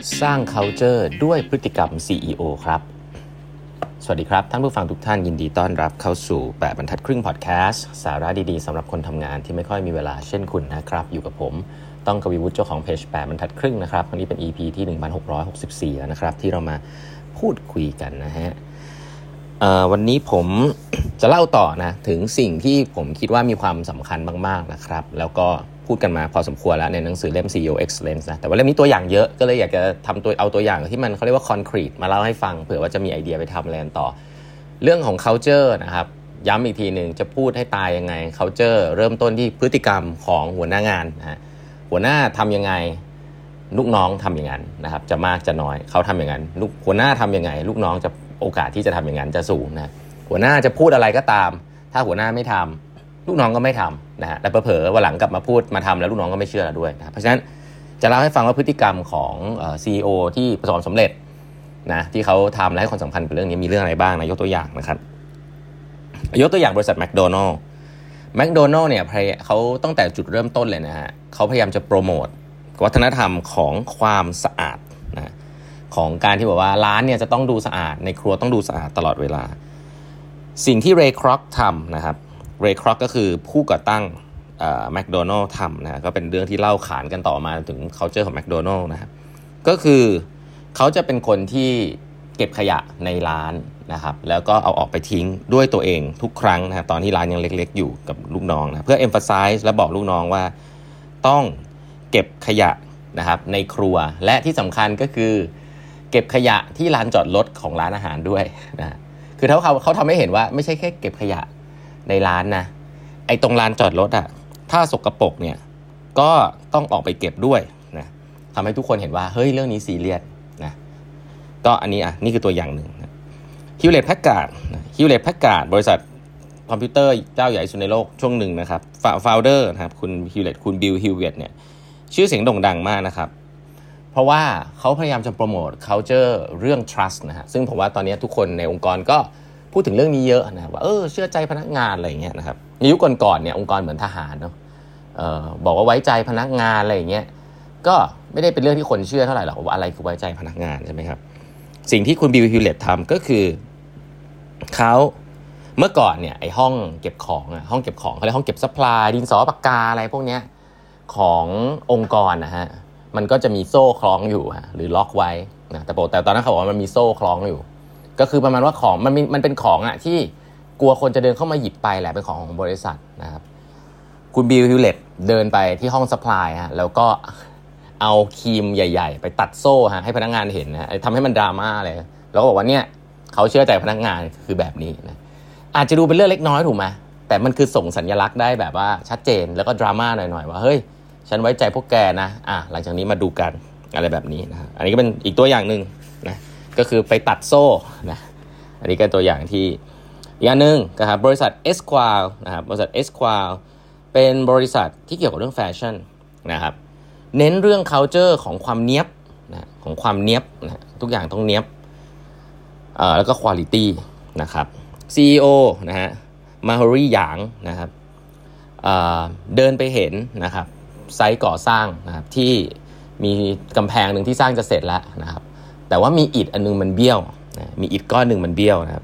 สร้าง culture ด้วยพฤติกรรม CEO ครับสวัสดีครับท่านผู้ฟังทุกท่านยินดีต้อนรับเข้าสู่8บรรทัดครึ่งพอดแคสต์สาระดีๆสำหรับคนทำงานที่ไม่ค่อยมีเวลาเช่นคุณนะครับอยู่กับผมต้องกวีวุฒิเจ้าของเพจ8บรรทัดครึ่งนะครับวันนี้เป็น EP ที่1664แล้วนะครับที่เรามาพูดคุยกันนะฮะวันนี้ผมจะเล่าต่อนะถึงสิ่งที่ผมคิดว่ามีความสำคัญมากๆนะครับแล้วก็พูดกันมาพอสมควรแล้วในหนังสือเล่ม CEO Excellence นะแต่ว่าเล่มนี้ตัวอย่างเยอะก็เลยอยากจะเอาตัวอย่างที่มันเขาเรียกว่า concrete มาเล่าให้ฟังเผื่อว่าจะมีไอเดียไปทำอะไรต่อเรื่องของ culture นะครับย้ำอีกทีนึงจะพูดให้ตายยังไง culture เริ่มต้นที่พฤติกรรมของหัวหน้างานนะหัวหน้าทำยังไงลูกน้องทำอย่างนั้นนะครับจะมากจะน้อยเขาทำอย่างนั้นหัวหน้าทำยังไงลูกน้องจะโอกาสที่จะทำอย่างนั้นจะสูงนะหัวหน้าจะพูดอะไรก็ตามถ้าหัวหน้าไม่ทำลูกน้องก็ไม่ทำนะฮะแต่เผลอๆวันหลังกลับมาพูดมาทำแล้วลูกน้องก็ไม่เชื่อเราด้วยนะเพราะฉะนั้นจะเล่าให้ฟังว่าพฤติกรรมของCEO ที่ประสบความสำเร็จนะที่เขาทำและให้ความสำคัญกับเรื่องนี้มีเรื่องอะไรบ้างนะยกตัวอย่างนะครับยกตัวอย่างบริษัทแมคโดนัลล์เนี่ยเขาตั้งแต่จุดเริ่มต้นเลยนะฮะเขาพยายามจะโปรโมทวัฒนธรรมของความสะอาดนะของการที่บอกว่าร้านเนี่ยจะต้องดูสะอาดในครัวต้องดูสะอาดตลอดเวลาสิ่งที่เรย์คร็อกทำนะครับเรย์คร็อกก็คือผู้ก่อตั้งแมคโดนัลล์ทำนะก็เป็นเรื่องที่เล่าขานกันต่อมาถึง culture ของแมคโดนัลล์นะครับก็คือเขาจะเป็นคนที่เก็บขยะในร้านนะครับแล้วก็เอาออกไปทิ้งด้วยตัวเองทุกครั้งนะครับตอนที่ร้านยังเล็กๆอยู่กับลูกน้องนะเพื่อ emphasize และบอกลูกน้องว่าต้องเก็บขยะนะครับในครัวและที่สำคัญก็คือเก็บขยะที่ลานจอดรถของร้านอาหารด้วยนะคือเขาทำให้เห็นว่าไม่ใช่แค่เก็บขยะในร้านนะไอ้ตรงลานจอดรถอ่ะถ้าสกปรกเนี่ยก็ต้องออกไปเก็บด้วยนะทำให้ทุกคนเห็นว่าเฮ้ยเรื่องนี้ซีเรียสนะก็อันนี้นี่คือตัวอย่างหนึ่งนะฮิวเลตแพ็คการ์ดบริษัทคอมพิวเตอร์เจ้าใหญ่สุดในโลกช่วงหนึ่งนะครับฟาวเดอร์นะครับคุณบิลฮิวเวตเนี่ยชื่อเสียงโด่งดังมากนะครับเพราะว่าเขาพยายามจะโปรโมท culture เรื่อง trust นะฮะซึ่งผมว่าตอนนี้ทุกคนในองค์กรก็พูดถึงเรื่องนี้เยอะนะว่าเชื่อใจพนักงานอะไรอย่างเงี้ยนะครับในยุคก่อนๆเนี่ยองค์กรเหมือนทหารเนาะบอกว่าไว้ใจพนักงานอะไรอย่างเงี้ยก็ไม่ได้เป็นเรื่องที่คนเชื่อเท่าไหร่หรอกว่าอะไรคือไว้ใจพนักงานใช่ไหมครับสิ่งที่คุณบิลฮิวเลตทำก็คือเขาเมื่อก่อนเนี่ยไอ้ห้องเก็บของเขาเรียกห้องเก็บซัพพลายดินสอปากกาอะไรพวกเนี้ยขององค์กรนะฮะมันก็จะมีโซ่คล้องอยู่หรือล็อกไว้นะแต่ตอนนั้นเขาบอกว่ามันมีโซ่คล้องอยู่ก็คือประมาณว่าของมันเป็นของที่กลัวคนจะเดินเข้ามาหยิบไปแหละเป็นของบริษัทนะครับคุณบิลฮิวเลตเดินไปที่ห้องซัพพลายแล้วก็เอาครีมใหญ่ๆไปตัดโซ่ให้พนักงานเห็นนะทำให้มันดราม่าเลยแล้วก็บอกว่าเนี่ยเขาเชื่อใจพนักงานคือแบบนี้นะอาจจะดูเป็นเรื่องเล็กน้อยถูกไหมแต่มันคือส่งสัญลักษณ์ได้แบบว่าชัดเจนแล้วก็ดราม่าหน่อยๆว่าเฮ้ยฉันไว้ใจพวกแกนะหลังจากนี้มาดูกันอะไรแบบนี้นะอันนี้ก็เป็นอีกตัวอย่างนึงนะก็คือไปตัดโซ่นะอันนี้ก็ตัวอย่างที่อีกอันนึงนะครับบริษัท Esquire นะครับบริษัท Esquire เป็นบริษัทที่เกี่ยวกับเรื่องแฟชั่นนะครับเน้นเรื่อง culture ของความเนี๊ยบนะของความเนี๊ยบนะทุกอย่างต้องเนี๊ยบแล้วก็ quality นะครับ CEO นะฮะมาฮอรี่หยางนะครับเดินไปเห็นนะครับไซต์ก่อสร้างนะครับที่มีกำแพงหนึ่งที่สร้างจะเสร็จแล้วนะครับแต่ว่ามีอิฐอันนึงมันเบี้ยวนะมีอิฐก้อนหนึ่งมันเบี้ยวนะครับ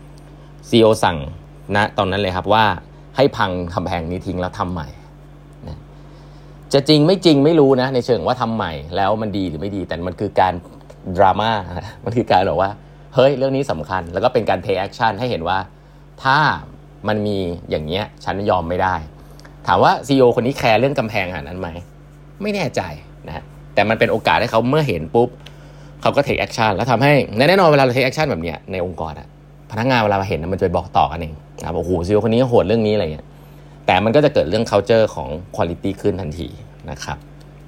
CEO สั่งณตอนนั้นเลยครับว่าให้พังกำแพงนี้ทิ้งแล้วทำใหม่นะจะจริงไม่จริงไม่รู้นะในเชิงว่าทำใหม่แล้วมันดีหรือไม่ดีแต่มันคือการดราม่ามันคือการบอกว่าเฮ้ยเรื่องนี้สำคัญแล้วก็เป็นการ take action ให้เห็นว่าถ้ามันมีอย่างเงี้ยฉันยอมไม่ได้ถามว่า CEO คนนี้แคร์เรื่องกำแพงขนาดนั้นไหมไม่แน่ใจนะแต่มันเป็นโอกาสให้เขาเมื่อเห็นปุ๊บเขาก็ take action แล้วทำให้แน่นอนเวลาเรา take action แบบเนี้ยในองค์กรพนักงานเวลามาเห็นมันจะไปบอกต่อกันเองนะโอ้โห CEO คนนี้โหดเรื่องนี้อะไรเงี้ยแต่มันก็จะเกิดเรื่อง culture ของ quality ขึ้นทันทีนะครับ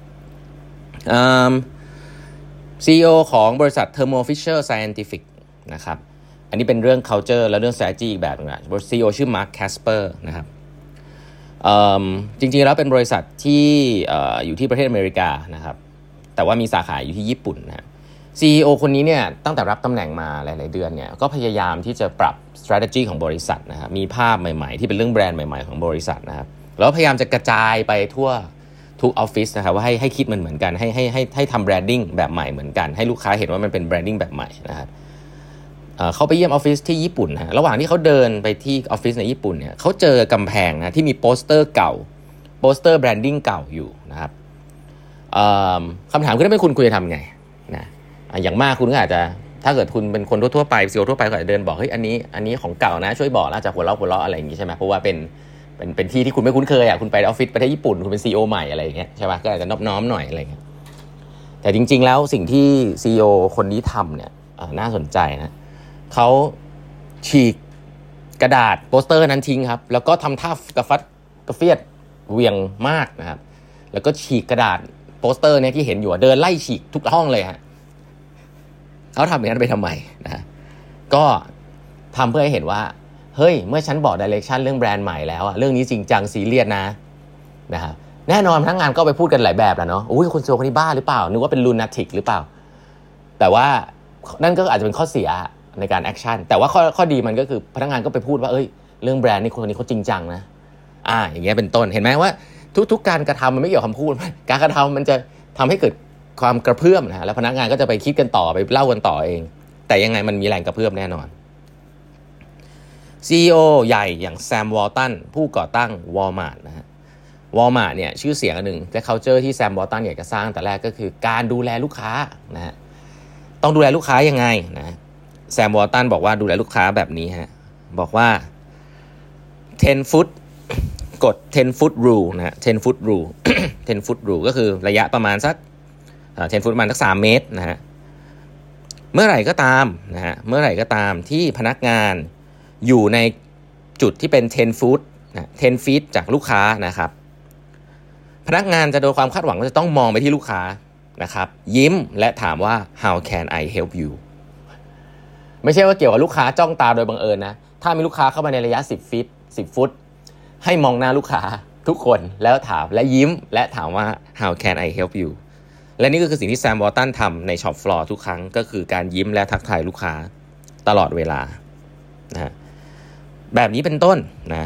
CEO ของบริษัท Thermo Fisher Scientific นะครับอันนี้เป็นเรื่อง culture และเรื่อง strategy อีกแบบนึงนะ CEO ชื่อ Mark Casper นะครับจริงๆแล้วเป็นบริษัทที่อยู่ที่ประเทศอเมริกานะครับแต่ว่ามีสาขาอยู่ที่ญี่ปุ่นนะ CEO คนนี้เนี่ยตั้งแต่รับตำแหน่งมาหลายๆเดือนเนี่ยก็พยายามที่จะปรับ strategy ของบริษัทนะครับมีภาพใหม่ๆที่เป็นเรื่องแบรนด์ใหม่ๆของบริษัทนะครับแล้วพยายามจะกระจายไปทั่ทุกออฟฟิศนะครับว่าให้คิดมันเหมือนกันให้ทำแบรนดิ้งแบบใหม่เหมือนกันให้ลูกค้าเห็นว่ามันเป็นแบรนดิ้งแบบใหม่นะครับเขาไปเยี่ยมออฟฟิศที่ญี่ปุ่นนะระหว่างที่เขาเดินไปที่ออฟฟิศในญี่ปุ่นเนี่ยเขาเจอกำแพงนะที่มีโปสเตอร์เก่าโปสเตอร์แบรนดิ้งเก่าอยู่นะครับคำถามคือถ้าเป็นคุณจะทำไงนะอย่างมากคุณก็อาจจะถ้าเกิดคุณเป็นคนทั่วไปซีอีโอทั่วไปก็อาจจะเดินบอกเฮ้ยอันนี้ของเก่านะช่วยบอกแล้วจะหัวเราะอะไรอย่างงี้ใช่ไหมเพราะว่าเป็นที่ที่คุณไม่คุ้นเคยอ่ะคุณไปออฟฟิศประเทศญี่ปุ่นคุณเป็น CEO ใหม่อะไรอย่างเงี้ยใช่ป่ะก็อาจจะน้อมหน่อยอะไรเงี้ยแต่จริงๆแล้วสิ่งที่ CEO คนนี้ทำเนี่ยน่าสนใจนะเขาฉีกกระดาษโปสเตอร์นั้นทิ้งครับแล้วก็ทำท่ากระฟัดกระเฟียดเวียงมากนะครับแล้วก็ฉีกกระดาษโปสเตอร์เนี่ยที่เห็นอยู่เดินไล่ฉีกทุกห้องเลยฮะเขาทำอย่างนั้นไปทำไมนะก็ทำเพื่อให้เห็นว่าเฮ้ยเมื่อฉันบอก direction เรื่องแบรนด์ใหม่แล้วอะเรื่องนี้จริงจังซีเรียสนะฮะแน่นอนพนักงานก็ไปพูดกันหลายแบบแหละเนาะอุ้ยคนโซคนนี้บ้าหรือเปล่านึกว่าเป็นลูนาติกหรือเปล่าแต่ว่านั่นก็อาจจะเป็นข้อเสียในการแอคชั่นแต่ว่าข้อดีมันก็คือพนักงานก็ไปพูดว่าเอ้ยเรื่องแบรนด์นี่คนนี้เขาจริงจังนะอย่างเงี้ยเป็นต้นเห็นไหมว่าทุกการกระทำมันไม่เกี่ยวกับคำพูดการกระทำมันจะทำให้เกิดความกระเพื่อมนะแล้วพนักงานก็จะไปคิดกันต่อไปเล่ากันต่อเองแต่ยังไงมันมีแรงกระเพื่อมแน่นอน CEO ใหญ่อย่างแซมวอลตันผู้ก่อตั้ง Walmart นะฮะ Walmart เนี่ยชื่อเสียงอันหนึ่งและ culture ที่แซมวอลตันอยากจะสร้างแต่แรกก็คือการดูแลลูกค้านะฮะต้องดูแลลูกค้ายังไงนะแซมวอลตันบอกว่าดูแลลูกค้าแบบนี้ฮะบอกว่า10 foot กฎ10 foot rule นะฮะ10 foot rule 10 foot rule ก็คือระยะประมาณสัก10 ฟุตประมาณสัก3เมตรนะฮะเมื่อไหร่ก็ตามที่พนักงานอยู่ในจุดที่เป็น10 ฟุต10 feet จากลูกค้านะครับพนักงานจะโดยความคาดหวังว่าจะต้องมองไปที่ลูกค้านะครับยิ้มและถามว่า how can I help you ไม่ใช่ว่าเกี่ยวกับลูกค้าจ้องตาโดยบังเอิญนะถ้ามีลูกค้าเข้ามาในระยะ10 ฟุตให้มองหน้าลูกค้าทุกคนแล้วถามและยิ้มและถามว่า how can I help you และนี่ก็คือสิ่งที่แซมวอลตันทำในช็อปฟลอร์ทุกครั้งก็คือการยิ้มและทักทายลูกค้าตลอดเวลานะแบบนี้เป็นต้นนะ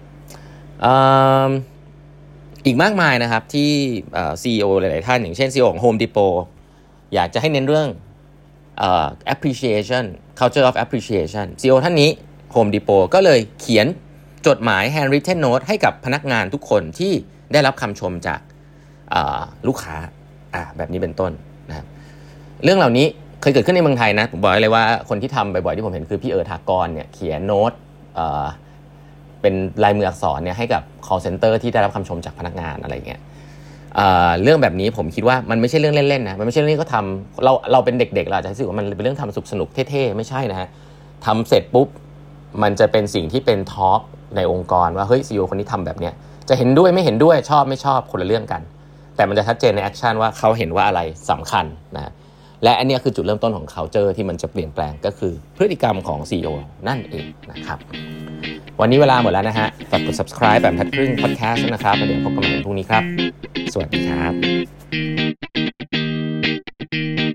อีกมากมายนะครับที่CEO หลายๆท่านอย่างเช่น CEO ของ Home Depot อยากจะให้เน้นเรื่องappreciation culture of appreciation CEO ท่านนี้ Home Depot ก็เลยเขียนจดหมาย handwritten note ให้กับพนักงานทุกคนที่ได้รับคำชมจากลูกค้าแบบนี้เป็นต้นนะครับเรื่องเหล่านี้เคยเกิดขึ้นในเมืองไทยนะผมบอกเลยว่าคนที่ทำบ่อยๆที่ผมเห็นคือพี่ถากรเนี่ยเขียนโน้ตเป็นลายมืออักษรเนี่ยให้กับ call center ที่ได้รับคำชมจากพนักงานอะไรเงี้ยเรื่องแบบนี้ผมคิดว่ามันไม่ใช่เรื่องเล่นๆนะมันไม่ใช่เรื่องที่เขาทำเราเป็นเด็กๆเราอาจจะรู้สึกว่ามันเป็นเรื่องทำสนุกเท่ๆไม่ใช่นะฮะทำเสร็จปุ๊บมันจะเป็นสิ่งที่เป็นทอล์กในองค์กรว่าเฮ้ย CEO คนนี้ทำแบบเนี้ยจะเห็นด้วยไม่เห็นด้วยชอบไม่ชอบคนละเรื่องกันแต่มันจะชัดเจนในแอคชั่นว่าเขาเห็นว่าอะไรสำคัญนะและอันนี้คือจุดเริ่มต้นของ culture ที่มันจะเปลี่ยนแปลงก็คือพฤติกรรมของ CEO นั่นเองนะครับวันนี้เวลาหมดแล้วนะฮะฝากกด subscribe แบบทัดครึ่ง podcast นะครับแล้วเดี๋ยวพบกันใหม่พรุ่งนี้ครับสวัสดีครับ